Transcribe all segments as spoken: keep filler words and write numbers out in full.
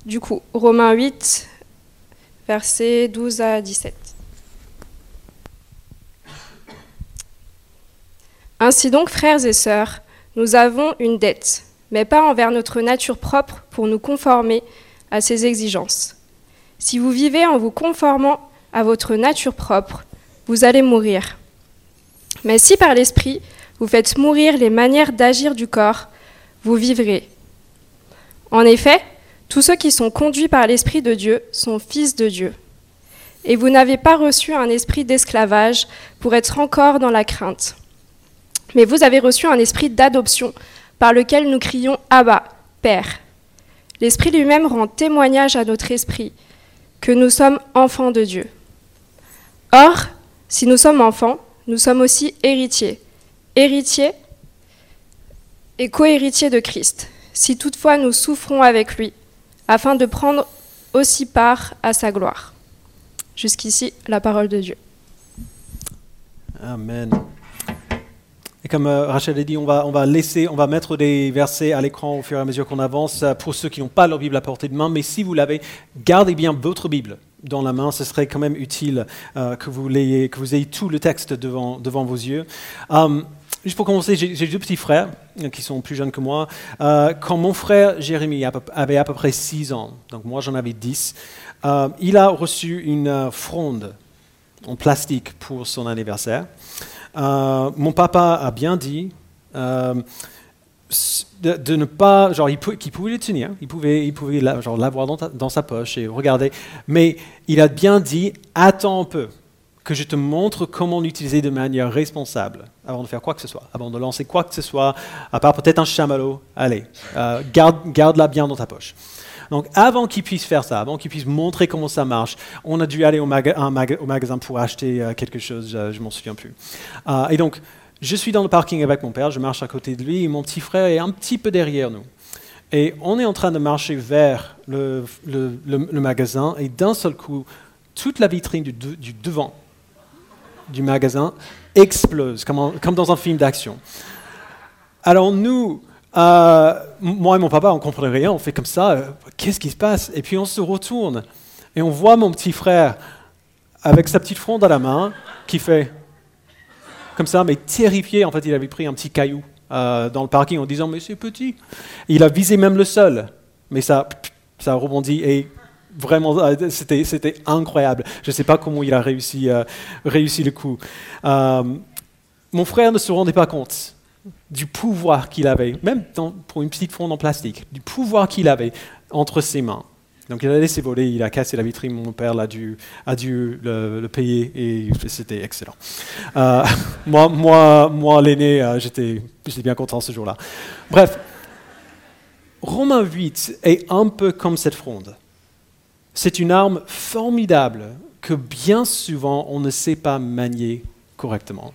Du coup, Romains huit, versets douze à dix-sept. Ainsi donc, frères et sœurs, nous avons une dette, mais pas envers notre nature propre pour nous conformer à ses exigences. Si vous vivez en vous conformant à votre nature propre, vous allez mourir. Mais si par l'Esprit, vous faites mourir les manières d'agir du corps, vous vivrez. En effet, tous ceux qui sont conduits par l'Esprit de Dieu sont fils de Dieu. Et vous n'avez pas reçu un esprit d'esclavage pour être encore dans la crainte. Mais vous avez reçu un esprit d'adoption par lequel nous crions « Abba, Père ». L'Esprit lui-même rend témoignage à notre esprit que nous sommes enfants de Dieu. Or, si nous sommes enfants, nous sommes aussi héritiers, héritiers et co-héritiers de Christ, si toutefois nous souffrons avec lui, afin de prendre aussi part à sa gloire. Jusqu'ici, la parole de Dieu. Amen. Et comme euh, Rachel a dit, on va, on va laisser, on va mettre des versets à l'écran au fur et à mesure qu'on avance euh, pour ceux qui n'ont pas leur Bible à portée de main. Mais si vous l'avez, gardez bien votre Bible dans la main. Ce serait quand même utile euh, que vous l'ayez, que vous ayez tout le texte devant, devant vos yeux. Um, juste pour commencer, j'ai, j'ai deux petits frères euh, qui sont plus jeunes que moi. Euh, quand mon frère Jérémy avait à peu près six ans, donc moi j'en avais dix, euh, il a reçu une euh, fronde en plastique pour son anniversaire. Euh, mon papa a bien dit euh, de, de ne pas, genre, il pou, qu'il pouvait le tenir, il pouvait, il pouvait la, genre, l'avoir dans, ta, dans sa poche et regarder, mais il a bien dit, attends un peu, que je te montre comment l'utiliser de manière responsable, avant de faire quoi que ce soit, avant de lancer quoi que ce soit, à part peut-être un chamallow, allez, euh, garde, garde-la bien dans ta poche. Donc, avant qu'il puisse faire ça, avant qu'il puisse montrer comment ça marche, on a dû aller au, maga- un maga- au magasin pour acheter euh, quelque chose, je ne m'en souviens plus. Euh, et donc, je suis dans le parking avec mon père, je marche à côté de lui, et mon petit frère est un petit peu derrière nous. Et on est en train de marcher vers le, le, le, le magasin, et d'un seul coup, toute la vitrine du, de, du devant du magasin explose, comme, en, comme dans un film d'action. Alors nous... Euh, moi et mon papa, on ne comprenait rien, on fait comme ça, euh, qu'est-ce qui se passe? Et puis on se retourne et on voit mon petit frère avec sa petite fronde à la main qui fait comme ça, mais terrifié. En fait, il avait pris un petit caillou euh, dans le parking en disant « mais c'est petit ». Il a visé même le sol, mais ça, ça a rebondi et vraiment, c'était, c'était incroyable. Je ne sais pas comment il a réussi, euh, réussi le coup. Euh, mon frère ne se rendait pas compte du pouvoir qu'il avait, même dans, pour une petite fronde en plastique, du pouvoir qu'il avait entre ses mains. Donc il a laissé voler, il a cassé la vitrine, mon père a dû, a dû le, le payer et c'était excellent. Euh, moi, moi, moi, l'aîné, euh, j'étais, j'étais bien content ce jour-là. Bref, Romains huit est un peu comme cette fronde. C'est une arme formidable que bien souvent on ne sait pas manier correctement.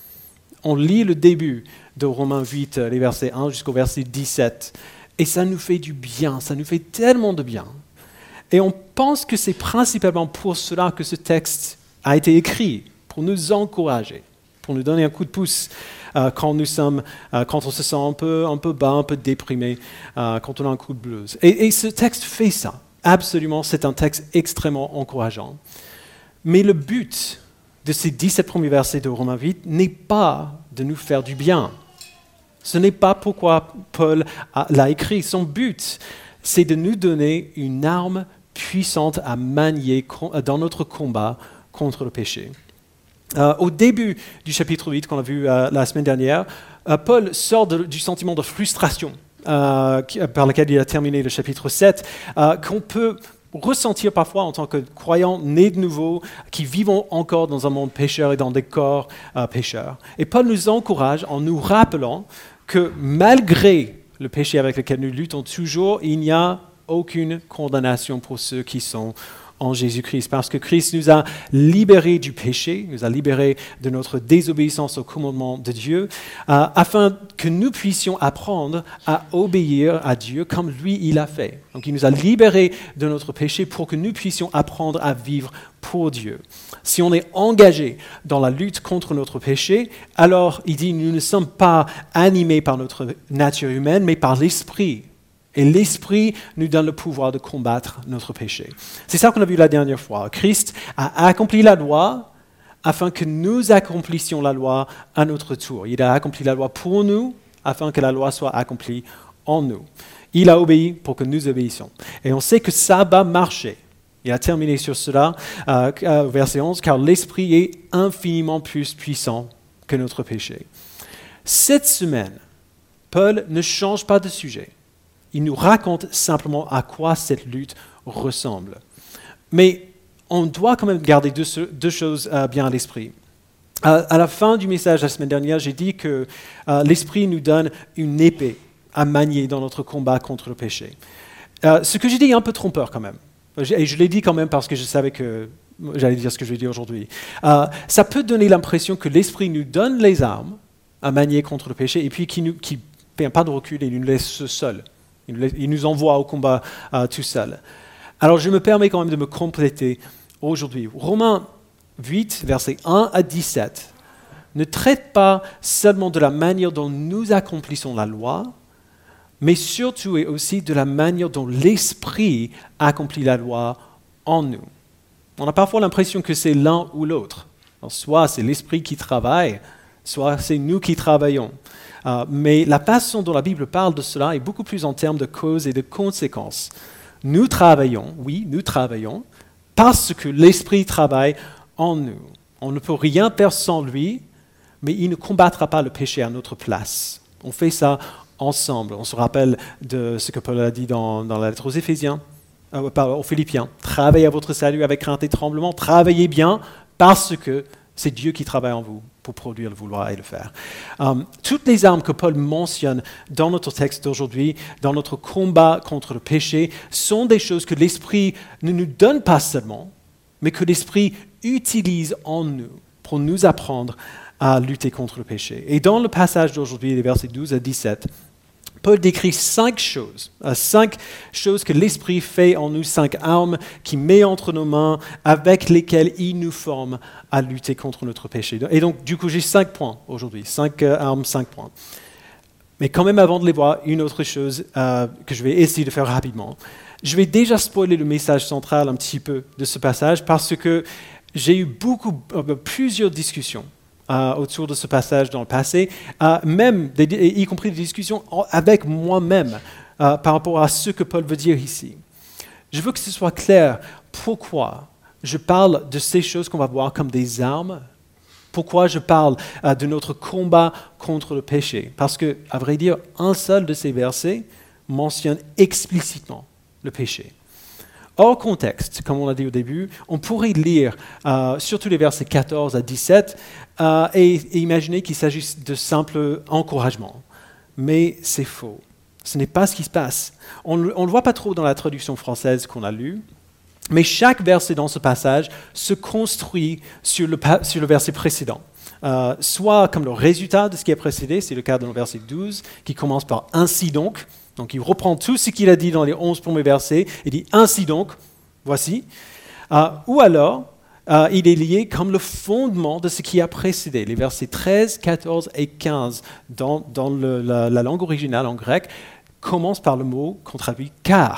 On lit le début de Romains huit, les versets un jusqu'au verset dix-sept, et ça nous fait du bien, ça nous fait tellement de bien. Et on pense que c'est principalement pour cela que ce texte a été écrit, pour nous encourager, pour nous donner un coup de pouce euh, quand, nous sommes, euh, quand on se sent un peu, un peu bas, un peu déprimé, euh, quand on a un coup de blues. Et, et ce texte fait ça, absolument, c'est un texte extrêmement encourageant. Mais le but de ces dix-sept premiers versets de Romains huit n'est pas de nous faire du bien. Ce n'est pas pourquoi Paul a, l'a écrit. Son but, c'est de nous donner une arme puissante à manier dans notre combat contre le péché. Euh, au début du chapitre huit, qu'on a vu euh, la semaine dernière, euh, Paul sort de, du sentiment de frustration euh, qui, par lequel il a terminé le chapitre sept, euh, qu'on peut ressentir parfois en tant que croyants nés de nouveau, qui vivons encore dans un monde pécheur et dans des corps euh, pécheurs. Et Paul nous encourage en nous rappelant que malgré le péché avec lequel nous luttons toujours, il n'y a aucune condamnation pour ceux qui sont en Jésus-Christ, parce que Christ nous a libérés du péché, nous a libérés de notre désobéissance au commandement de Dieu, euh, afin que nous puissions apprendre à obéir à Dieu comme lui, il a fait. Donc il nous a libérés de notre péché pour que nous puissions apprendre à vivre pour Dieu. Si on est engagé dans la lutte contre notre péché, alors il dit, nous ne sommes pas animés par notre nature humaine, mais par l'Esprit. Et l'Esprit nous donne le pouvoir de combattre notre péché. C'est ça qu'on a vu la dernière fois. Christ a accompli la loi afin que nous accomplissions la loi à notre tour. Il a accompli la loi pour nous afin que la loi soit accomplie en nous. Il a obéi pour que nous obéissions. Et on sait que ça va marcher. Il a terminé sur cela, euh, verset onze, car l'Esprit est infiniment plus puissant que notre péché. Cette semaine, Paul ne change pas de sujet. Il nous raconte simplement à quoi cette lutte ressemble. Mais on doit quand même garder deux, deux choses euh, bien à l'esprit. À, à la fin du message la semaine dernière, j'ai dit que euh, l'Esprit nous donne une épée à manier dans notre combat contre le péché. Euh, ce que j'ai dit est un peu trompeur quand même. Et je l'ai dit quand même parce que je savais que j'allais dire ce que je vais dire aujourd'hui. Euh, ça peut donner l'impression que l'Esprit nous donne les armes à manier contre le péché et puis qu'il ne fait pas de recul et nous laisse seuls. Il nous envoie au combat euh, tout seul. Alors je me permets quand même de me compléter aujourd'hui. Romains huit, versets un à dix-sept, ne traite pas seulement de la manière dont nous accomplissons la loi, mais surtout et aussi de la manière dont l'Esprit accomplit la loi en nous. On a parfois l'impression que c'est l'un ou l'autre. Alors, soit c'est l'Esprit qui travaille, soit c'est nous qui travaillons. Uh, mais la façon dont la Bible parle de cela est beaucoup plus en termes de causes et de conséquences. Nous travaillons, oui, nous travaillons, parce que l'Esprit travaille en nous. On ne peut rien faire sans lui, mais il ne combattra pas le péché à notre place. On fait ça ensemble. On se rappelle de ce que Paul a dit dans, dans la lettre aux Éphésiens, euh, pardon, aux Philippiens. Travaillez à votre salut avec crainte et tremblement. Travaillez bien parce que c'est Dieu qui travaille en vous pour produire le vouloir et le faire. Um, toutes les armes que Paul mentionne dans notre texte d'aujourd'hui, dans notre combat contre le péché, sont des choses que l'Esprit ne nous donne pas seulement, mais que l'Esprit utilise en nous pour nous apprendre à lutter contre le péché. Et dans le passage d'aujourd'hui, les versets douze à dix-sept, Paul décrit cinq choses, cinq choses que l'Esprit fait en nous, cinq armes qu'il met entre nos mains, avec lesquelles il nous forme à lutter contre notre péché. Et donc, du coup, j'ai cinq points aujourd'hui, cinq euh, armes, cinq points. Mais quand même, avant de les voir, une autre chose euh, que je vais essayer de faire rapidement. Je vais déjà spoiler le message central un petit peu de ce passage parce que j'ai eu beaucoup, euh, plusieurs discussions Euh, autour de ce passage dans le passé, euh, même des, y compris des discussions avec moi-même euh, par rapport à ce que Paul veut dire ici. Je veux que ce soit clair pourquoi je parle de ces choses qu'on va voir comme des armes, pourquoi je parle euh, de notre combat contre le péché. Parce que, à vrai dire, un seul de ces versets mentionne explicitement le péché. Hors contexte, comme on l'a dit au début, on pourrait lire euh, surtout les versets quatorze à dix-sept euh, et, et imaginer qu'il s'agisse de simples encouragements. Mais c'est faux. Ce n'est pas ce qui se passe. On ne le voit pas trop dans la traduction française qu'on a lue, mais chaque verset dans ce passage se construit sur le, sur le verset précédent. Euh, soit comme le résultat de ce qui a précédé, c'est le cas dans le verset douze, qui commence par « ainsi donc ». Donc il reprend tout ce qu'il a dit dans les onze premiers versets et dit « ainsi donc, voici euh, ». Ou alors, euh, il est lié comme le fondement de ce qui a précédé. Les versets treize, quatorze et quinze dans, dans le, la, la langue originale en grec commencent par le mot qu'on traduit « car ».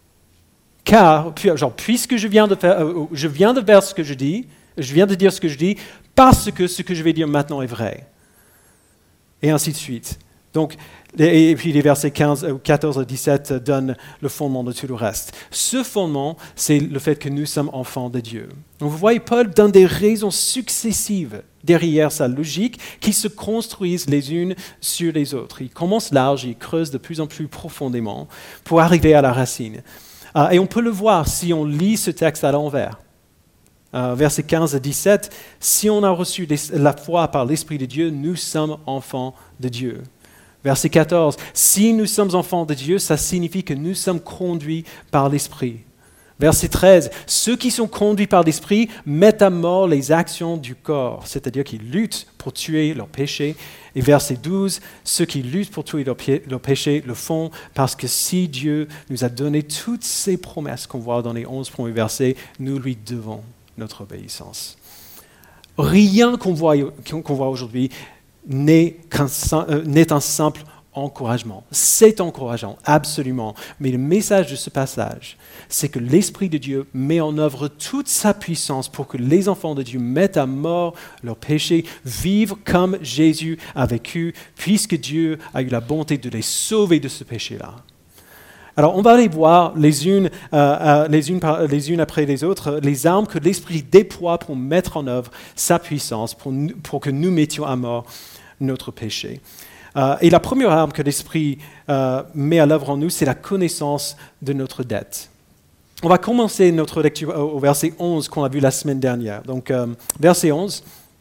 Car, genre, puisque je viens de faire, euh, je viens de faire ce que je dis, je viens de dire ce que je dis, parce que ce que je vais dire maintenant est vrai. Et ainsi de suite. Donc, et puis les versets quinze, quatorze à dix-sept donnent le fondement de tout le reste. Ce fondement, c'est le fait que nous sommes enfants de Dieu. Donc vous voyez, Paul donne des raisons successives derrière sa logique qui se construisent les unes sur les autres. Il commence large, il creuse de plus en plus profondément pour arriver à la racine. Uh, et on peut le voir si on lit ce texte à l'envers. Uh, versets quinze à dix-sept, si on a reçu les, la foi par l'Esprit de Dieu, nous sommes enfants de Dieu. Verset quatorze, si nous sommes enfants de Dieu, ça signifie que nous sommes conduits par l'Esprit. Verset treize, ceux qui sont conduits par l'Esprit mettent à mort les actions du corps, c'est-à-dire qu'ils luttent pour tuer leurs péchés. Et verset douze, ceux qui luttent pour tuer leurs, pi- leurs péchés le font parce que si Dieu nous a donné toutes ces promesses qu'on voit dans les onze premiers versets, nous lui devons notre obéissance. Rien qu'on voit, qu'on voit aujourd'hui n'est, qu'un, euh, n'est un simple encouragement. C'est encourageant, absolument. Mais le message de ce passage, c'est que l'Esprit de Dieu met en œuvre toute sa puissance pour que les enfants de Dieu mettent à mort leurs péchés, vivent comme Jésus a vécu, puisque Dieu a eu la bonté de les sauver de ce péché-là. Alors, on va aller voir les unes, euh, euh, les, unes par, les unes après les autres, les armes que l'Esprit déploie pour mettre en œuvre sa puissance, pour, pour que nous mettions à mort notre péché. Euh, et la première arme que l'Esprit euh, met à l'œuvre en nous, c'est la connaissance de notre dette. On va commencer notre lecture au verset onze qu'on a vu la semaine dernière. Donc, euh, verset onze,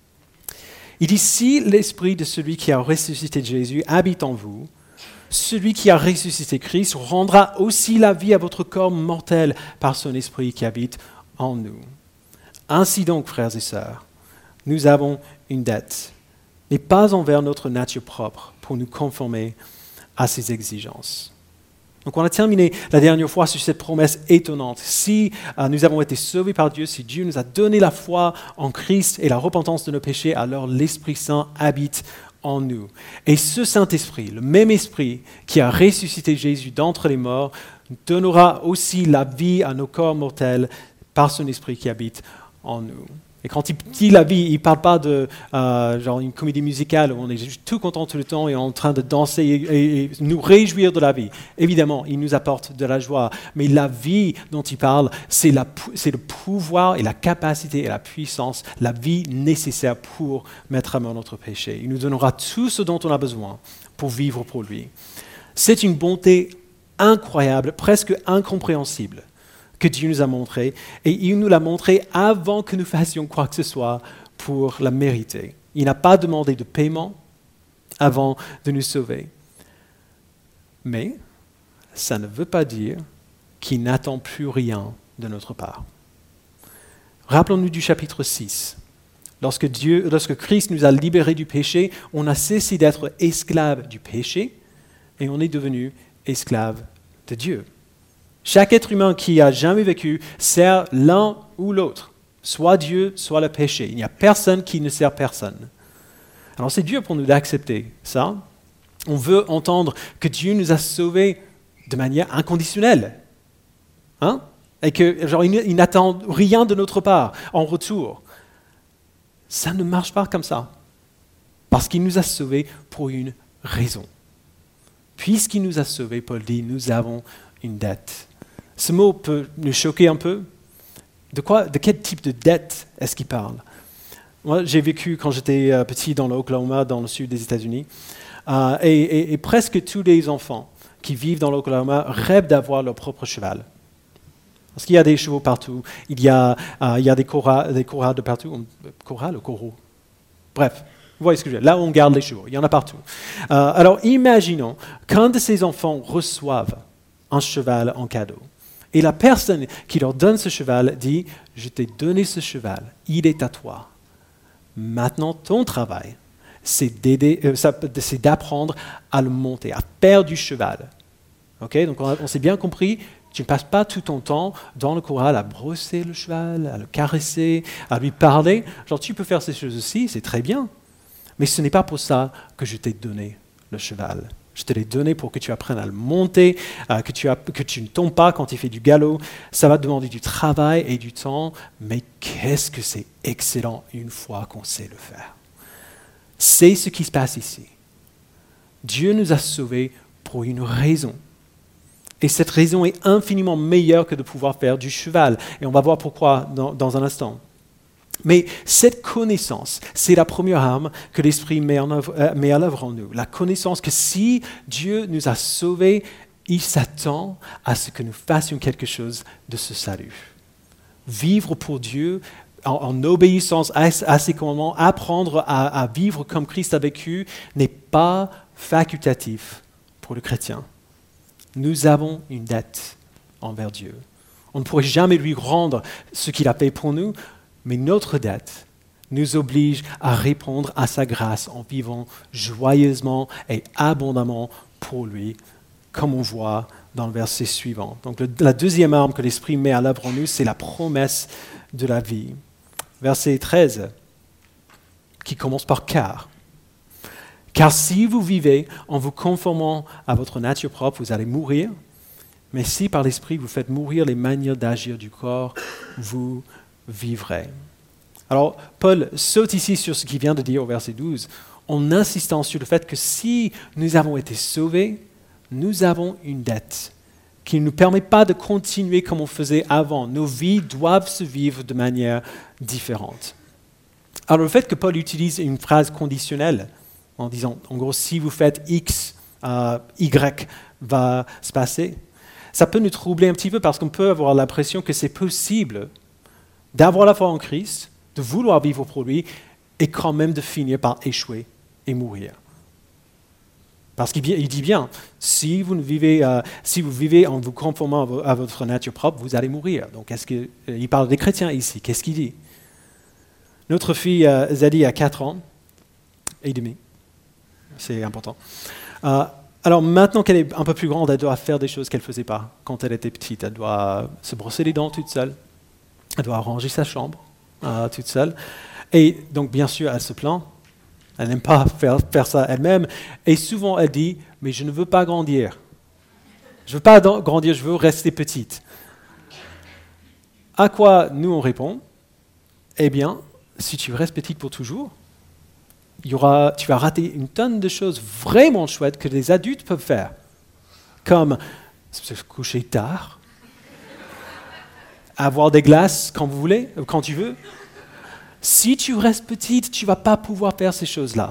il dit « Si l'Esprit de celui qui a ressuscité Jésus habite en vous, celui qui a ressuscité Christ rendra aussi la vie à votre corps mortel par son Esprit qui habite en nous. Ainsi donc, frères et sœurs, nous avons une dette, mais pas envers notre nature propre, pour nous conformer à ses exigences. » Donc on a terminé la dernière fois sur cette promesse étonnante. Si euh, nous avons été sauvés par Dieu, si Dieu nous a donné la foi en Christ et la repentance de nos péchés, alors l'Esprit Saint habite en nous. Et ce Saint-Esprit, le même Esprit qui a ressuscité Jésus d'entre les morts, donnera aussi la vie à nos corps mortels par son Esprit qui habite en nous. Et quand il dit la vie, il ne parle pas de euh, genre une comédie musicale où on est juste tout content tout le temps et en train de danser et, et, et nous réjouir de la vie. Évidemment, il nous apporte de la joie. Mais la vie dont il parle, c'est, la, c'est le pouvoir et la capacité et la puissance, la vie nécessaire pour mettre à mort notre péché. Il nous donnera tout ce dont on a besoin pour vivre pour lui. C'est une bonté incroyable, presque incompréhensible, que Dieu nous a montré, et il nous l'a montré avant que nous fassions quoi que ce soit pour la mériter. Il n'a pas demandé de paiement avant de nous sauver. Mais ça ne veut pas dire qu'il n'attend plus rien de notre part. Rappelons-nous du chapitre six. Lorsque, Dieu, lorsque Christ nous a libérés du péché, on a cessé d'être esclaves du péché et on est devenu esclaves de Dieu. Chaque être humain qui a jamais vécu sert l'un ou l'autre, soit Dieu, soit le péché. Il n'y a personne qui ne sert personne. Alors c'est dur pour nous d'accepter ça. On veut entendre que Dieu nous a sauvés de manière inconditionnelle. Hein? Et que, genre, il, il n'attend rien de notre part en retour. Ça ne marche pas comme ça. Parce qu'il nous a sauvés pour une raison. Puisqu'il nous a sauvés, Paul dit, nous avons une dette. Ce mot peut nous choquer un peu. De quoi, de quel type de dette est-ce qu'il parle? Moi, j'ai vécu quand j'étais petit dans l'Oklahoma, dans le sud des États-Unis, euh, et, et, et presque tous les enfants qui vivent dans l'Oklahoma rêvent d'avoir leur propre cheval. Parce qu'il y a des chevaux partout, il y a, euh, il y a des corrals, des corrals de partout. Corral ou coraux? Bref, vous voyez ce que je veux dire. Là où on garde les chevaux, il y en a partout. Euh, alors imaginons qu'un de ces enfants reçoive un cheval en cadeau. Et la personne qui leur donne ce cheval dit « Je t'ai donné ce cheval, il est à toi. Maintenant, ton travail, c'est, d'aider, euh, ça, c'est d'apprendre à le monter, à faire du cheval. » Okay? Donc on, a, on s'est bien compris, tu ne passes pas tout ton temps dans le corral à brosser le cheval, à le caresser, à lui parler. Genre, tu peux faire ces choses aussi, c'est très bien. Mais ce n'est pas pour ça que je t'ai donné le cheval. Je te l'ai donné pour que tu apprennes à le monter, euh, que, tu as, que tu ne tombes pas quand il fait du galop. Ça va te demander du travail et du temps, mais qu'est-ce que c'est excellent une fois qu'on sait le faire. C'est ce qui se passe ici. Dieu nous a sauvés pour une raison. Et cette raison est infiniment meilleure que de pouvoir faire du cheval. Et on va voir pourquoi dans, dans un instant. Mais cette connaissance, c'est la première arme que l'Esprit met, en œuvre, euh, met à l'œuvre en nous. La connaissance que si Dieu nous a sauvés, il s'attend à ce que nous fassions quelque chose de ce salut. Vivre pour Dieu en, en obéissance à, à ses commandements, apprendre à, à vivre comme Christ a vécu, n'est pas facultatif pour le chrétien. Nous avons une dette envers Dieu. On ne pourrait jamais lui rendre ce qu'il a fait pour nous, mais notre dette nous oblige à répondre à sa grâce en vivant joyeusement et abondamment pour lui, comme on voit dans le verset suivant. Donc le, la deuxième arme que l'Esprit met à l'œuvre en nous, c'est la promesse de la vie. Verset treize, qui commence par « car ». Car si vous vivez en vous conformant à votre nature propre, vous allez mourir. Mais si par l'Esprit vous faites mourir les manières d'agir du corps, vous vivrez. Alors, Paul saute ici sur ce qu'il vient de dire au verset douze, en insistant sur le fait que si nous avons été sauvés, nous avons une dette qui ne nous permet pas de continuer comme on faisait avant. Nos vies doivent se vivre de manière différente. Alors, le fait que Paul utilise une phrase conditionnelle, en disant, en gros, si vous faites X, euh, Y va se passer, ça peut nous troubler un petit peu parce qu'on peut avoir l'impression que c'est possible d'avoir la foi en Christ, de vouloir vivre pour lui, et quand même de finir par échouer et mourir. Parce qu'il dit bien, si vous, ne vivez, euh, si vous vivez en vous conformant à, vo- à votre nature propre, vous allez mourir. Donc, est-ce que, euh, il parle des chrétiens ici. Qu'est-ce qu'il dit? Notre fille euh, Zadie a quatre ans et demi. C'est important. Euh, alors, maintenant qu'elle est un peu plus grande, elle doit faire des choses qu'elle ne faisait pas quand elle était petite. Elle doit se brosser les dents toute seule. Elle doit ranger sa chambre euh, toute seule. Et donc, bien sûr, elle se plaint. Elle n'aime pas faire, faire ça elle-même. Et souvent, elle dit, mais je ne veux pas grandir. Je ne veux pas grandir, je veux rester petite. À quoi nous, on répond, eh bien, si tu restes petite pour toujours, il y aura, tu vas rater une tonne de choses vraiment chouettes que les adultes peuvent faire. Comme se coucher tard, avoir des glaces quand vous voulez, quand tu veux. Si tu restes petite, tu ne vas pas pouvoir faire ces choses-là.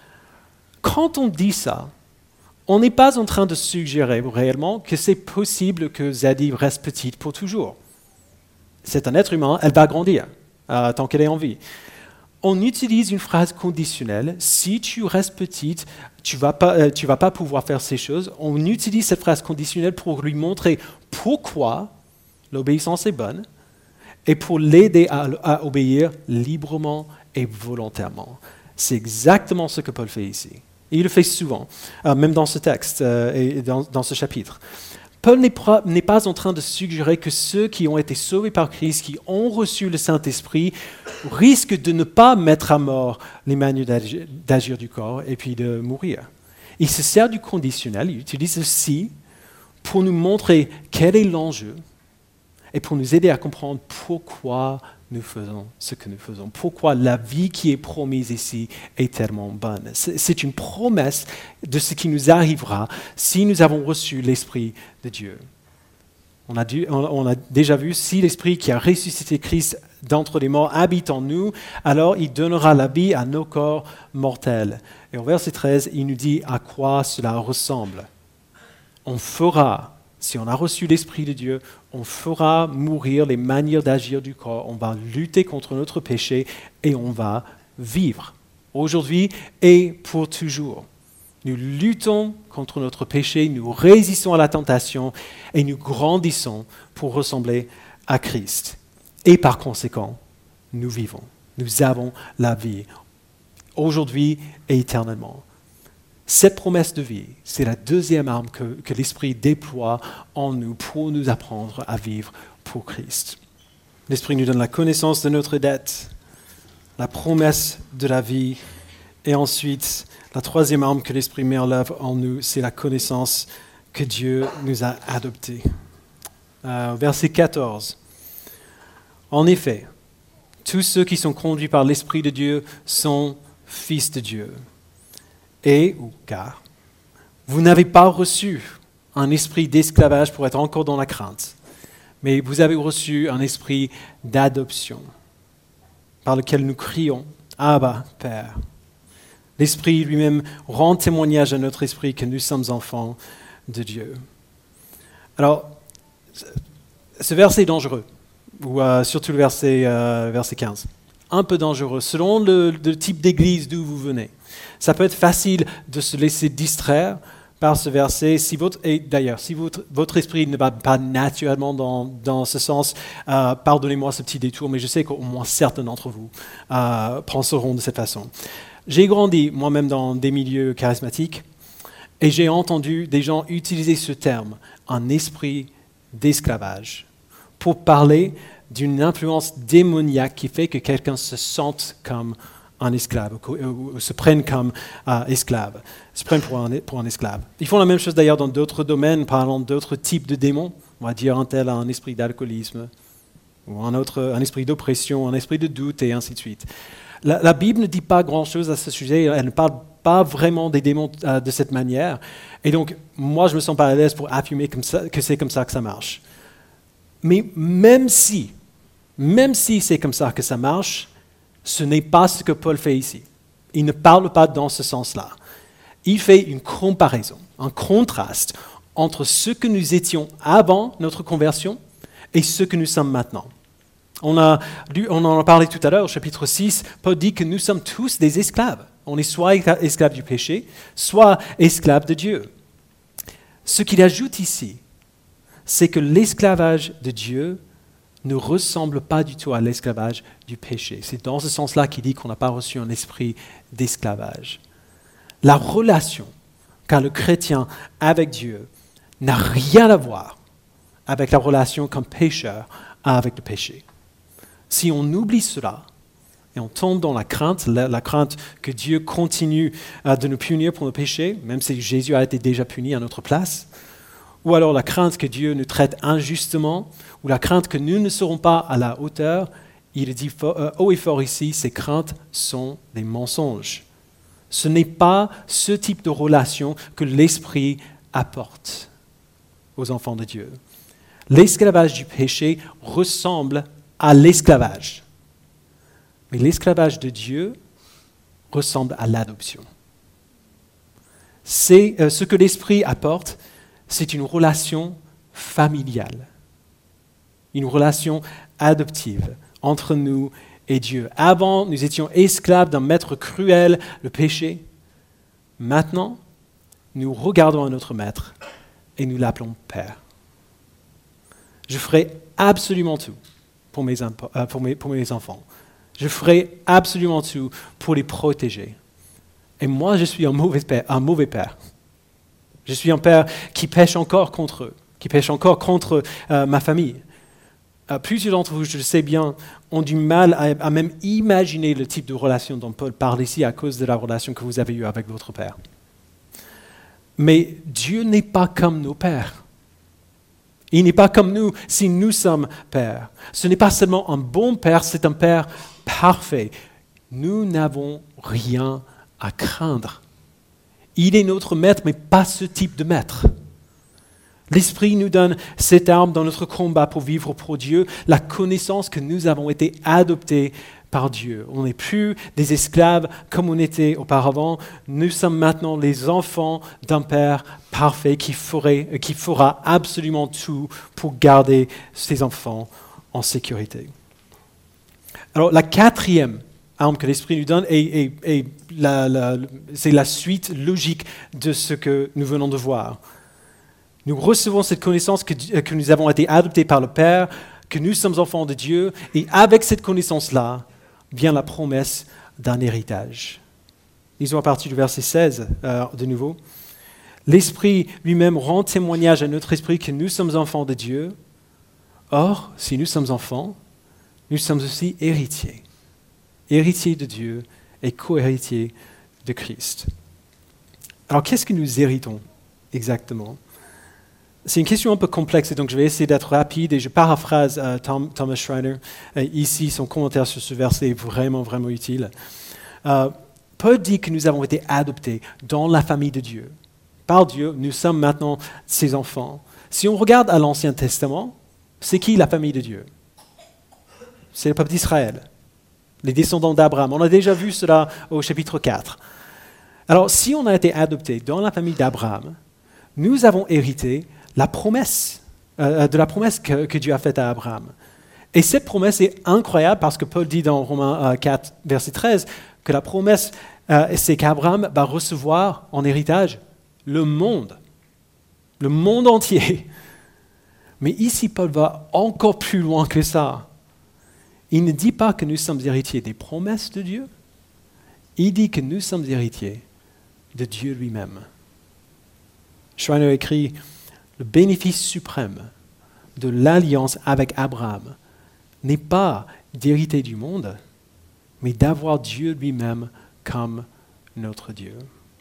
Quand on dit ça, on n'est pas en train de suggérer réellement que c'est possible que Zadie reste petite pour toujours. C'est un être humain, elle va grandir euh, tant qu'elle est en vie. On utilise une phrase conditionnelle. Si tu restes petite, tu ne vas pas, euh, tu vas pas pouvoir faire ces choses. On utilise cette phrase conditionnelle pour lui montrer pourquoi l'obéissance est bonne, et pour l'aider à, à obéir librement et volontairement. C'est exactement ce que Paul fait ici. Et il le fait souvent, euh, même dans ce texte euh, et dans, dans ce chapitre. Paul n'est pas, n'est pas en train de suggérer que ceux qui ont été sauvés par Christ, qui ont reçu le Saint-Esprit, risquent de ne pas mettre à mort les manières d'agir, d'agir du corps et puis de mourir. Il se sert du conditionnel, il utilise ceci pour nous montrer quel est l'enjeu, et pour nous aider à comprendre pourquoi nous faisons ce que nous faisons, pourquoi la vie qui est promise ici est tellement bonne. C'est, c'est une promesse de ce qui nous arrivera si nous avons reçu l'Esprit de Dieu. On a, dû, on, on a déjà vu, si l'Esprit qui a ressuscité Christ d'entre les morts habite en nous, alors il donnera la vie à nos corps mortels. Et au verset treize, il nous dit à quoi cela ressemble. On fera, si on a reçu l'Esprit de Dieu, on fera mourir les manières d'agir du corps, on va lutter contre notre péché et on va vivre, aujourd'hui et pour toujours. Nous luttons contre notre péché, nous résistons à la tentation et nous grandissons pour ressembler à Christ. Et par conséquent, nous vivons, nous avons la vie, aujourd'hui et éternellement. Cette promesse de vie, c'est la deuxième arme que, que l'Esprit déploie en nous pour nous apprendre à vivre pour Christ. L'Esprit nous donne la connaissance de notre dette, la promesse de la vie, et ensuite, la troisième arme que l'Esprit met en œuvre en nous, c'est la connaissance que Dieu nous a adoptés. Euh, verset quatorze. En effet, tous ceux qui sont conduits par l'Esprit de Dieu sont fils de Dieu. Et, ou car, vous n'avez pas reçu un esprit d'esclavage pour être encore dans la crainte, mais vous avez reçu un esprit d'adoption, par lequel nous crions « Abba, Père ». L'Esprit lui-même rend témoignage à notre esprit que nous sommes enfants de Dieu. Alors, ce verset est dangereux, ou euh, surtout le verset, euh, verset quinze. Un peu dangereux, selon le, le type d'église d'où vous venez. Ça peut être facile de se laisser distraire par ce verset. Si votre, et d'ailleurs, si votre, votre esprit ne va pas naturellement dans, dans ce sens, euh, pardonnez-moi ce petit détour, mais je sais qu'au moins certains d'entre vous euh, penseront de cette façon. J'ai grandi moi-même dans des milieux charismatiques et j'ai entendu des gens utiliser ce terme, un esprit d'esclavage, pour parler d'une influence démoniaque qui fait que quelqu'un se sente comme un esclave, ou, ou, ou se prennent comme euh, esclaves, se prennent pour un, pour un esclave. Ils font la même chose d'ailleurs dans d'autres domaines, parlant d'autres types de démons. On va dire un tel a un esprit d'alcoolisme, ou un autre un esprit d'oppression, un esprit de doute, et ainsi de suite. La, la Bible ne dit pas grand-chose à ce sujet, elle ne parle pas vraiment des démons euh, de cette manière. Et donc, moi, je me sens pas à l'aise pour affirmer comme ça, que c'est comme ça que ça marche. Mais même si, même si c'est comme ça que ça marche, ce n'est pas ce que Paul fait ici. Il ne parle pas dans ce sens-là. Il fait une comparaison, un contraste entre ce que nous étions avant notre conversion et ce que nous sommes maintenant. On, a, on en a parlé tout à l'heure au chapitre six, Paul dit que nous sommes tous des esclaves. On est soit esclaves du péché, soit esclaves de Dieu. Ce qu'il ajoute ici, c'est que l'esclavage de Dieu ne ressemble pas du tout à l'esclavage du péché. C'est dans ce sens-là qu'il dit qu'on n'a pas reçu un esprit d'esclavage. La relation qu'a le chrétien avec Dieu n'a rien à voir avec la relation qu'un pécheur a avec le péché. Si on oublie cela et on tombe dans la crainte, la, la crainte que Dieu continue euh, de nous punir pour nos péchés, même si Jésus a été déjà puni à notre place, ou alors la crainte que Dieu nous traite injustement, ou la crainte que nous ne serons pas à la hauteur, il dit euh, haut et fort ici, ces craintes sont des mensonges. Ce n'est pas ce type de relation que l'Esprit apporte aux enfants de Dieu. L'esclavage du péché ressemble à l'esclavage. Mais l'esclavage de Dieu ressemble à l'adoption. C'est, euh, ce que l'Esprit apporte, c'est une relation familiale, une relation adoptive entre nous et Dieu. Avant, nous étions esclaves d'un maître cruel, le péché. Maintenant, nous regardons à notre maître et nous l'appelons Père. Je ferai absolument tout pour mes, impo- euh, pour mes, pour mes enfants. Je ferai absolument tout pour les protéger. Et moi, je suis un mauvais père. Un mauvais père. Je suis un père qui pêche encore contre eux, qui pêche encore contre euh, ma famille. Euh, plusieurs d'entre vous, je le sais bien, ont du mal à, à même imaginer le type de relation dont Paul parle ici à cause de la relation que vous avez eue avec votre père. Mais Dieu n'est pas comme nos pères. Il n'est pas comme nous si nous sommes pères. Ce n'est pas seulement un bon père, c'est un père parfait. Nous n'avons rien à craindre. Il est notre maître, mais pas ce type de maître. L'Esprit nous donne cette arme dans notre combat pour vivre pour Dieu, la connaissance que nous avons été adoptés par Dieu. On n'est plus des esclaves comme on était auparavant. Nous sommes maintenant les enfants d'un Père parfait qui, ferait, qui fera absolument tout pour garder ses enfants en sécurité. Alors, la quatrième arme que l'Esprit nous donne, est, est, est la, la, c'est la suite logique de ce que nous venons de voir. Nous recevons cette connaissance que, que nous avons été adoptés par le Père, que nous sommes enfants de Dieu, et avec cette connaissance-là vient la promesse d'un héritage. Lisons à partir du verset seize, euh, de nouveau. L'Esprit lui-même rend témoignage à notre esprit que nous sommes enfants de Dieu. Or, si nous sommes enfants, nous sommes aussi héritiers. Héritiers de Dieu et co-héritiers de Christ. Alors, qu'est-ce que nous héritons exactement ? C'est une question un peu complexe, et donc je vais essayer d'être rapide, et je paraphrase uh, Tom, Thomas Schreiner. Uh, ici, son commentaire sur ce verset est vraiment, vraiment utile. Uh, Paul dit que nous avons été adoptés dans la famille de Dieu. Par Dieu, nous sommes maintenant ses enfants. Si on regarde à l'Ancien Testament, c'est qui la famille de Dieu ? C'est le peuple d'Israël, les descendants d'Abraham. On a déjà vu cela au chapitre quatre. Alors, si on a été adoptés dans la famille d'Abraham, nous avons hérité la promesse, euh, de la promesse que, que Dieu a faite à Abraham. Et cette promesse est incroyable parce que Paul dit dans Romains quatre, verset treize, que la promesse, euh, c'est qu'Abraham va recevoir en héritage le monde, le monde entier. Mais ici, Paul va encore plus loin que ça. Il ne dit pas que nous sommes héritiers des promesses de Dieu, il dit que nous sommes héritiers de Dieu lui-même. Schreiner écrit, le bénéfice suprême de l'alliance avec Abraham n'est pas d'hériter du monde, mais d'avoir Dieu lui-même comme notre Dieu.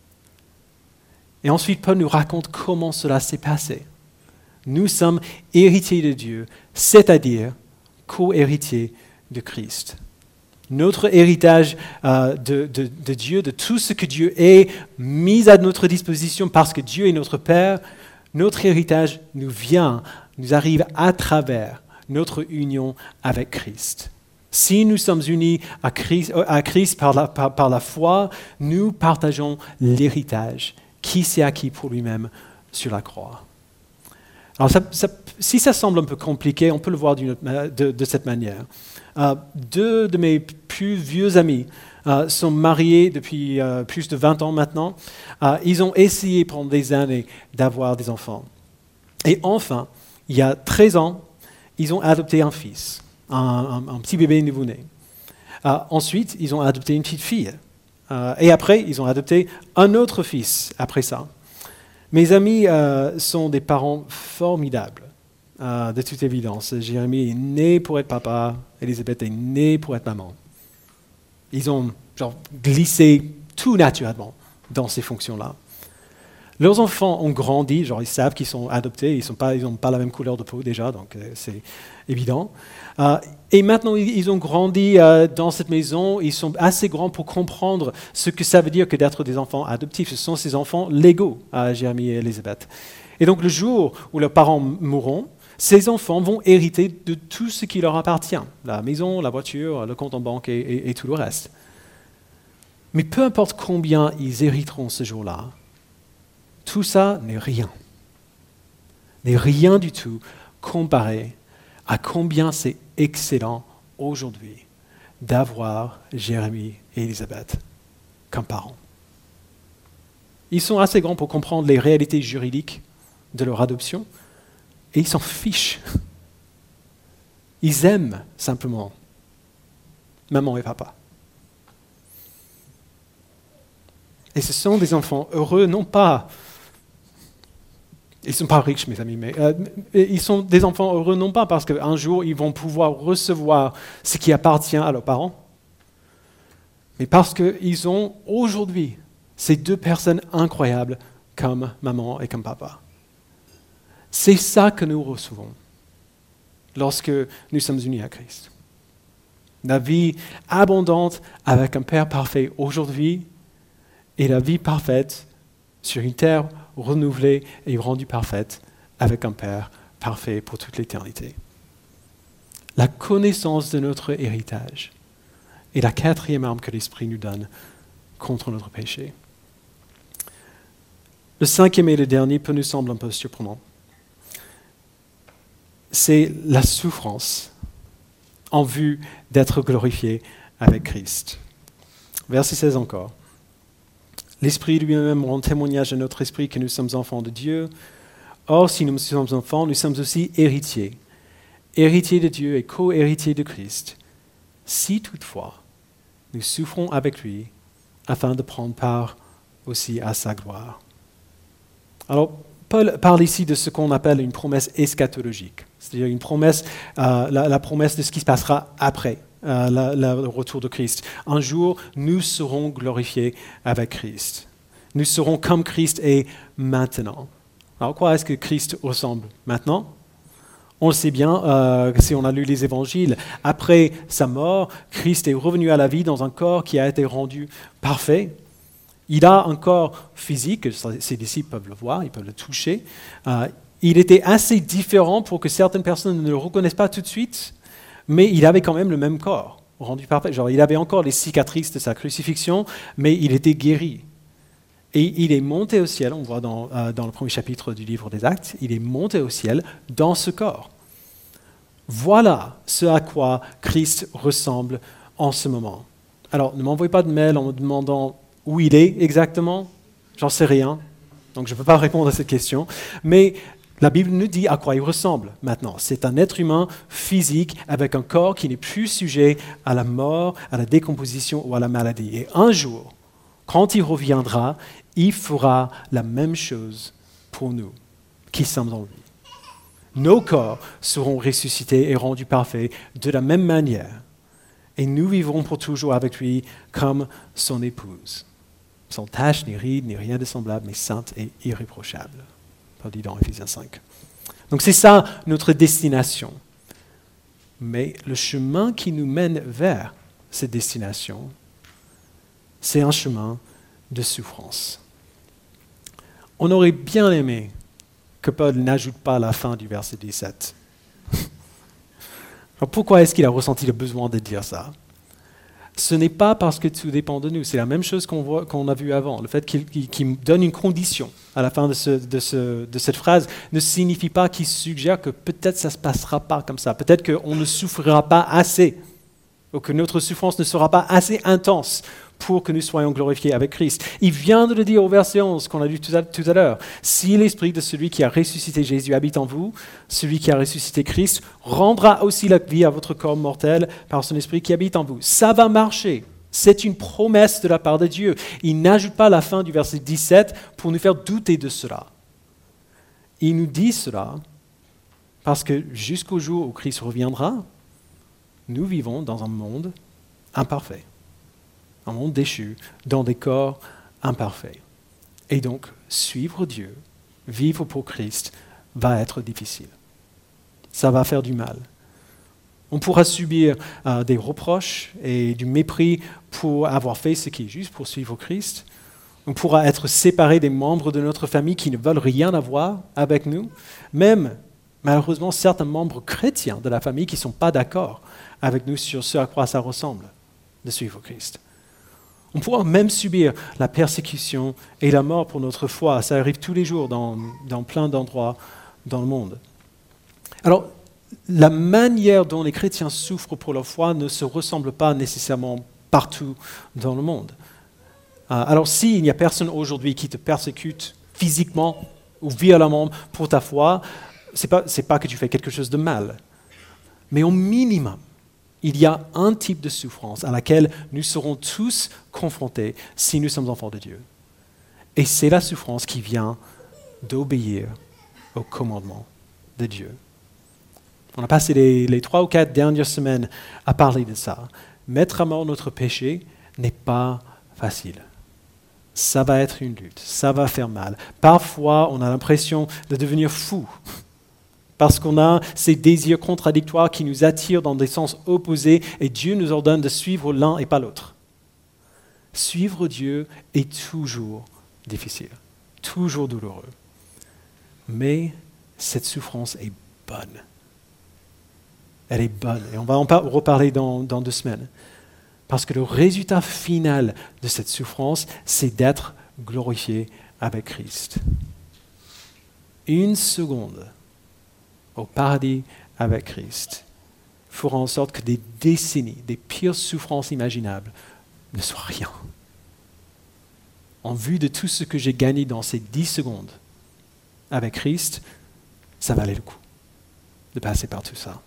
Et ensuite, Paul nous raconte comment cela s'est passé. Nous sommes héritiers de Dieu, c'est-à-dire co-héritiers de Christ. Notre héritage euh, de, de, de Dieu, de tout ce que Dieu est mis à notre disposition parce que Dieu est notre Père, notre héritage nous vient, nous arrive à travers notre union avec Christ. Si nous sommes unis à Christ, à Christ par, la, par, par la foi, nous partageons l'héritage qui s'est acquis pour lui-même sur la croix. Alors, ça, ça, si ça semble un peu compliqué, on peut le voir d'une autre, de, de cette manière. Euh, deux de mes plus vieux amis euh, sont mariés depuis euh, plus de vingt ans maintenant. Euh, ils ont essayé pendant des années d'avoir des enfants. Et enfin, il y a treize ans, ils ont adopté un fils, un, un, un petit bébé nouveau-né. Euh, ensuite, ils ont adopté une petite fille. Euh, et après, ils ont adopté un autre fils après ça. Mes amis euh, sont des parents formidables, euh, de toute évidence. Jérémie est né pour être papa, Elisabeth est née pour être maman. Ils ont genre, glissé tout naturellement dans ces fonctions-là. Leurs enfants ont grandi, genre ils savent qu'ils sont adoptés, ils n'ont pas, ils pas la même couleur de peau déjà, donc euh, c'est évident. Euh, et maintenant, ils, ils ont grandi euh, dans cette maison, ils sont assez grands pour comprendre ce que ça veut dire que d'être des enfants adoptifs. Ce sont ces enfants légaux, euh, Jérémie et Elisabeth. Et donc le jour où leurs parents mourront, ces enfants vont hériter de tout ce qui leur appartient, la maison, la voiture, le compte en banque et, et, et tout le reste. Mais peu importe combien ils hériteront ce jour-là, tout ça n'est rien, n'est rien du tout comparé à combien c'est excellent aujourd'hui d'avoir Jérémie et Elisabeth comme parents. Ils sont assez grands pour comprendre les réalités juridiques de leur adoption et ils s'en fichent. Ils aiment simplement maman et papa. Et ce sont des enfants heureux, non pas... Ils ne sont pas riches, mes amis, mais euh, ils sont des enfants heureux, non pas parce qu'un jour, ils vont pouvoir recevoir ce qui appartient à leurs parents, mais parce qu'ils ont aujourd'hui ces deux personnes incroyables comme maman et comme papa. C'est ça que nous recevons lorsque nous sommes unis à Christ. La vie abondante avec un Père parfait aujourd'hui et la vie parfaite sur une terre renouvelée et rendue parfaite avec un Père parfait pour toute l'éternité. La connaissance de notre héritage est la quatrième arme que l'Esprit nous donne contre notre péché. Le cinquième et le dernier peut nous sembler un peu surprenant. C'est la souffrance en vue d'être glorifié avec Christ. Verset seize encore. L'Esprit lui-même rend témoignage à notre esprit que nous sommes enfants de Dieu. Or, si nous sommes enfants, nous sommes aussi héritiers. Héritiers de Dieu et co-héritiers de Christ. Si toutefois, nous souffrons avec lui, afin de prendre part aussi à sa gloire. Alors, Paul parle ici de ce qu'on appelle une promesse eschatologique, c'est-à-dire une promesse, euh, la, la promesse de ce qui se passera après. Euh, la, la, le retour de Christ. Un jour, nous serons glorifiés avec Christ. Nous serons comme Christ est maintenant. Alors, quoi est-ce que Christ ressemble maintenant? On le sait bien, euh, si on a lu les évangiles, après sa mort, Christ est revenu à la vie dans un corps qui a été rendu parfait. Il a un corps physique, ses disciples peuvent le voir, ils peuvent le toucher. Euh, il était assez différent pour que certaines personnes ne le reconnaissent pas tout de suite, mais il avait quand même le même corps, rendu parfait. Genre, il avait encore les cicatrices de sa crucifixion, mais il était guéri. Et il est monté au ciel, on voit dans, euh, dans le premier chapitre du livre des Actes, il est monté au ciel dans ce corps. Voilà ce à quoi Christ ressemble en ce moment. Alors, ne m'envoyez pas de mail en me demandant où il est exactement, j'en sais rien, donc je ne peux pas répondre à cette question, mais la Bible nous dit à quoi il ressemble maintenant. C'est un être humain physique avec un corps qui n'est plus sujet à la mort, à la décomposition ou à la maladie. Et un jour, quand il reviendra, il fera la même chose pour nous qui sommes en lui. Nos corps seront ressuscités et rendus parfaits de la même manière. et nous vivrons pour toujours avec lui comme son épouse, sans tache, ni ride, ni rien de semblable, mais sainte et irréprochable. Paul dit dans Éphésiens cinq. Donc c'est ça notre destination. Mais le chemin qui nous mène vers cette destination, c'est un chemin de souffrance. On aurait bien aimé que Paul n'ajoute pas la fin du verset dix-sept. Alors pourquoi est-ce qu'il a ressenti le besoin de dire ça? Ce n'est pas parce que tout dépend de nous. C'est la même chose qu'on, voit, qu'on a vu avant. Le fait qu'il, qu'il, qu'il donne une condition à la fin de, ce, de, ce, de cette phrase ne signifie pas qu'il suggère que peut-être ça ne se passera pas comme ça. Peut-être qu'on ne souffrira pas assez, ou que notre souffrance ne sera pas assez intense pour que nous soyons glorifiés avec Christ. Il vient de le dire au verset onze qu'on a lu tout à, tout à l'heure. Si l'esprit de celui qui a ressuscité Jésus habite en vous, celui qui a ressuscité Christ rendra aussi la vie à votre corps mortel par son esprit qui habite en vous. Ça va marcher. C'est une promesse de la part de Dieu. Il n'ajoute pas la fin du verset dix-sept pour nous faire douter de cela. Il nous dit cela parce que jusqu'au jour où Christ reviendra, nous vivons dans un monde imparfait. Un monde déchu, dans des corps imparfaits. Et donc, suivre Dieu, vivre pour Christ, va être difficile. Ça va faire du mal. On pourra subir euh, des reproches et du mépris pour avoir fait ce qui est juste pour suivre Christ. On pourra être séparé des membres de notre famille qui ne veulent rien avoir avec nous. Même, malheureusement, certains membres chrétiens de la famille qui ne sont pas d'accord avec nous sur ce à quoi ça ressemble de suivre Christ. On pourra même subir la persécution et la mort pour notre foi. Ça arrive tous les jours dans, dans plein d'endroits dans le monde. Alors, la manière dont les chrétiens souffrent pour leur foi ne se ressemble pas nécessairement partout dans le monde. Alors, s'il n'y a personne aujourd'hui qui te persécute physiquement ou violemment pour ta foi, ce n'est pas, c'est pas que tu fais quelque chose de mal. Mais au minimum, il y a un type de souffrance à laquelle nous serons tous confrontés si nous sommes enfants de Dieu. Et c'est la souffrance qui vient d'obéir au commandement de Dieu. On a passé les, les trois ou quatre dernières semaines à parler de ça. Mettre à mort notre péché n'est pas facile. Ça va être une lutte, ça va faire mal. Parfois, on a l'impression de devenir fou. Parce qu'on a ces désirs contradictoires qui nous attirent dans des sens opposés et Dieu nous ordonne de suivre l'un et pas l'autre. Suivre Dieu est toujours difficile, toujours douloureux. Mais cette souffrance est bonne. Elle est bonne et on va en reparler dans, dans deux semaines. Parce que le résultat final de cette souffrance, c'est d'être glorifié avec Christ. Une seconde au paradis avec Christ fera en sorte que des décennies, des pires souffrances imaginables ne soient rien. En vue de tout ce que j'ai gagné dans ces dix secondes avec Christ, ça valait le coup de passer par tout ça.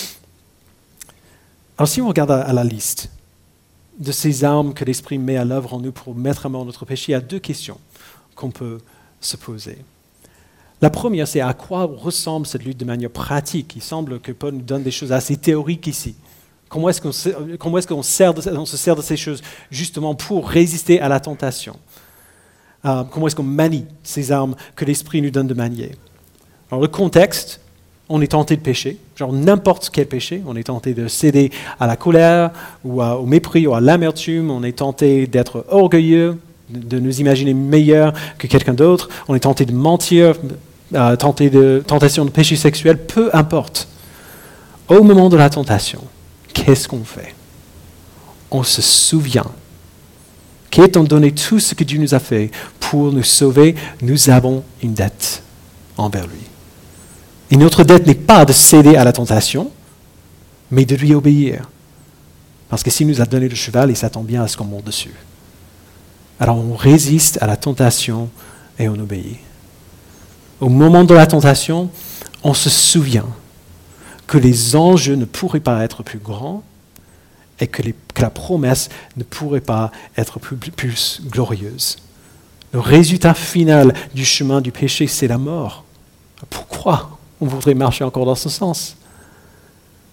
Alors si on regarde à la liste de ces armes que l'Esprit met à l'œuvre en nous pour mettre à mort notre péché, il y a deux questions qu'on peut se poser. La première, c'est à quoi ressemble cette lutte de manière pratique. Il semble que Paul nous donne des choses assez théoriques ici. Comment est-ce qu'on, comment est-ce qu'on sert de, on se sert de ces choses justement pour résister à la tentation? euh, Comment est-ce qu'on manie ces armes que l'Esprit nous donne de manier? Alors le contexte, on est tenté de pécher, genre n'importe quel péché. On est tenté de céder à la colère, ou à, au mépris, ou à l'amertume. On est tenté d'être orgueilleux, de, de nous imaginer meilleurs que quelqu'un d'autre. On est tenté de mentir, euh, tenté de tentation de péché sexuel, peu importe. Au moment de la tentation, qu'est-ce qu'on fait? On se souvient qu'étant donné tout ce que Dieu nous a fait pour nous sauver, nous avons une dette envers lui. Et notre dette n'est pas de céder à la tentation, mais de lui obéir. Parce que s'il nous a donné le cheval, il s'attend bien à ce qu'on monte dessus. Alors on résiste à la tentation et on obéit. Au moment de la tentation, on se souvient que les enjeux ne pourraient pas être plus grands et que, les, que la promesse ne pourrait pas être plus, plus, plus glorieuse. Le résultat final du chemin du péché, c'est la mort. Pourquoi on voudrait marcher encore dans ce sens?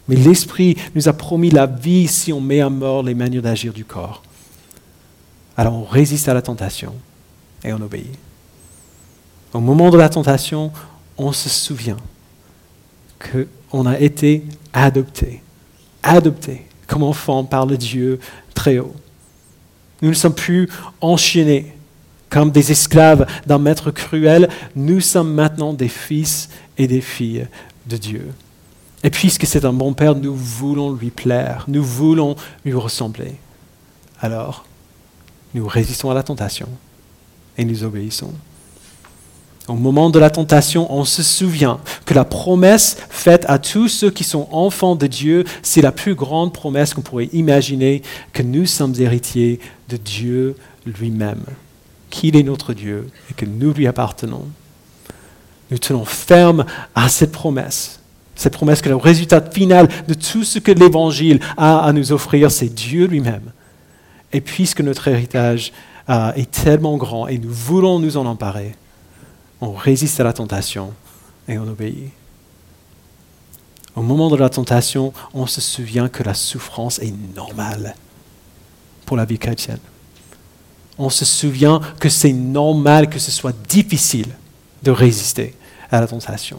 Mais l'Esprit nous a promis la vie si on met à mort les manières d'agir du corps. Alors on résiste à la tentation et on obéit. Au moment de la tentation, on se souvient qu'on a été adopté, adopté comme enfant par le Dieu très haut. Nous ne sommes plus enchaînés comme des esclaves d'un maître cruel. Nous sommes maintenant des fils et des filles de Dieu. Et puisque c'est un bon Père, nous voulons lui plaire, nous voulons lui ressembler. Alors, nous résistons à la tentation et nous obéissons. Au moment de la tentation, on se souvient que la promesse faite à tous ceux qui sont enfants de Dieu, c'est la plus grande promesse qu'on pourrait imaginer, que nous sommes héritiers de Dieu lui-même, qu'il est notre Dieu et que nous lui appartenons. Nous tenons ferme à cette promesse, cette promesse que le résultat final de tout ce que l'Évangile a à nous offrir, c'est Dieu lui-même. Et puisque notre héritage euh, est tellement grand et nous voulons nous en emparer, on résiste à la tentation et on obéit. Au moment de la tentation, on se souvient que la souffrance est normale pour la vie chrétienne. On se souvient que c'est normal que ce soit difficile de résister à la tentation.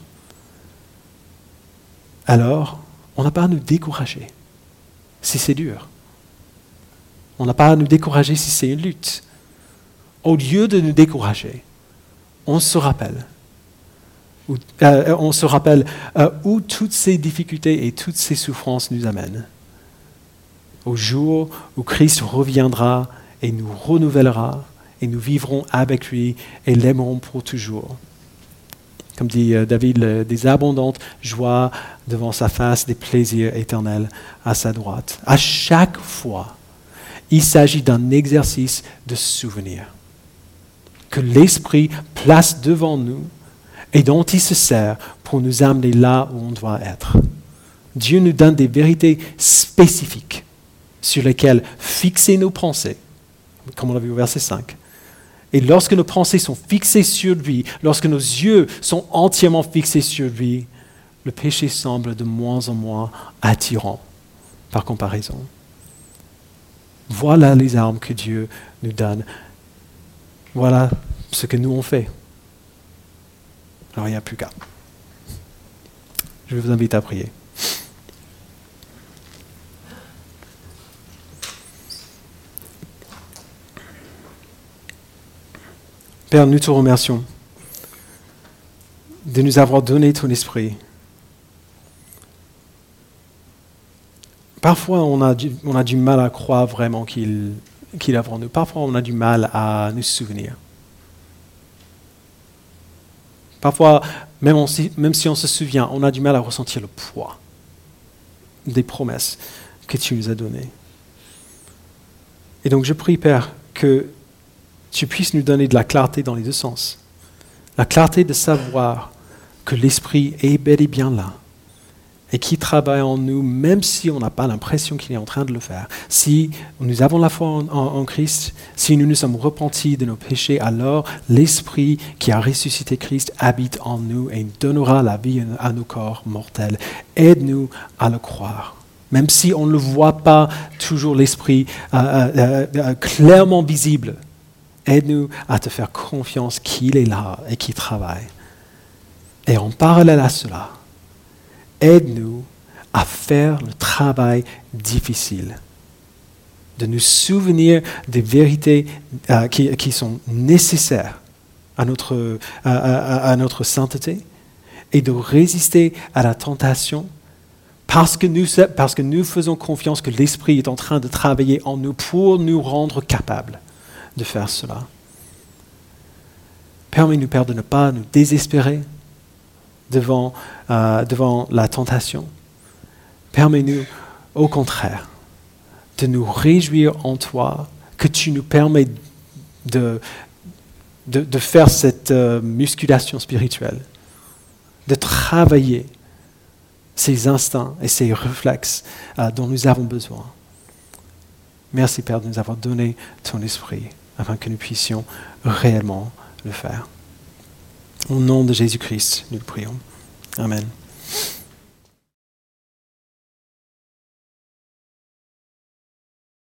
Alors, on n'a pas à nous décourager si c'est dur. On n'a pas à nous décourager si c'est une lutte. Au lieu de nous décourager, on se rappelle, où, euh, on se rappelle euh, où toutes ces difficultés et toutes ces souffrances nous amènent. Au jour où Christ reviendra et nous renouvellera, et nous vivrons avec lui et l'aimerons pour toujours. Comme dit euh, David, le, des abondantes joies devant sa face, des plaisirs éternels à sa droite. À chaque fois, il s'agit d'un exercice de souvenir que l'Esprit place devant nous et dont il se sert pour nous amener là où on doit être. Dieu nous donne des vérités spécifiques sur lesquelles fixer nos pensées, comme on l'a vu au verset cinq. Et lorsque nos pensées sont fixées sur lui, lorsque nos yeux sont entièrement fixés sur lui, le péché semble de moins en moins attirant par comparaison. Voilà les armes que Dieu nous donne. Voilà ce que nous on fait. Alors il n'y a plus qu'à. Je vous invite à prier. Père, nous te remercions de nous avoir donné ton esprit. Parfois, on a du, on a du mal à croire vraiment qu'il, qu'il est avant nous. Parfois, on a du mal à nous souvenir. Parfois, même, on, même si on se souvient, on a du mal à ressentir le poids des promesses que tu nous as données. Et donc, je prie, Père, que tu puisses nous donner de la clarté dans les deux sens. La clarté de savoir que l'Esprit est bel et bien là et qui travaille en nous, même si on n'a pas l'impression qu'il est en train de le faire. Si nous avons la foi en, en, en Christ, si nous nous sommes repentis de nos péchés, alors l'Esprit qui a ressuscité Christ habite en nous et donnera la vie à nos corps mortels. Aide-nous à le croire. Même si on ne le voit pas toujours l'Esprit euh, euh, euh, clairement visible, aide-nous à te faire confiance qu'il est là et qu'il travaille. Et en parallèle à cela, aide-nous à faire le travail difficile, de nous souvenir des vérités euh, qui, qui sont nécessaires à notre, à, à, à notre sainteté et de résister à la tentation parce que, nous, parce que nous faisons confiance que l'Esprit est en train de travailler en nous pour nous rendre capables de faire cela. Permets-nous, Père, de ne pas nous désespérer devant, euh, devant la tentation. Permets-nous, au contraire, de nous réjouir en toi, que tu nous permets de, de, de faire cette euh, musculation spirituelle, de travailler ces instincts et ces réflexes euh, dont nous avons besoin. Merci, Père, de nous avoir donné ton esprit afin que nous puissions réellement le faire. Au nom de Jésus-Christ, nous le prions. Amen.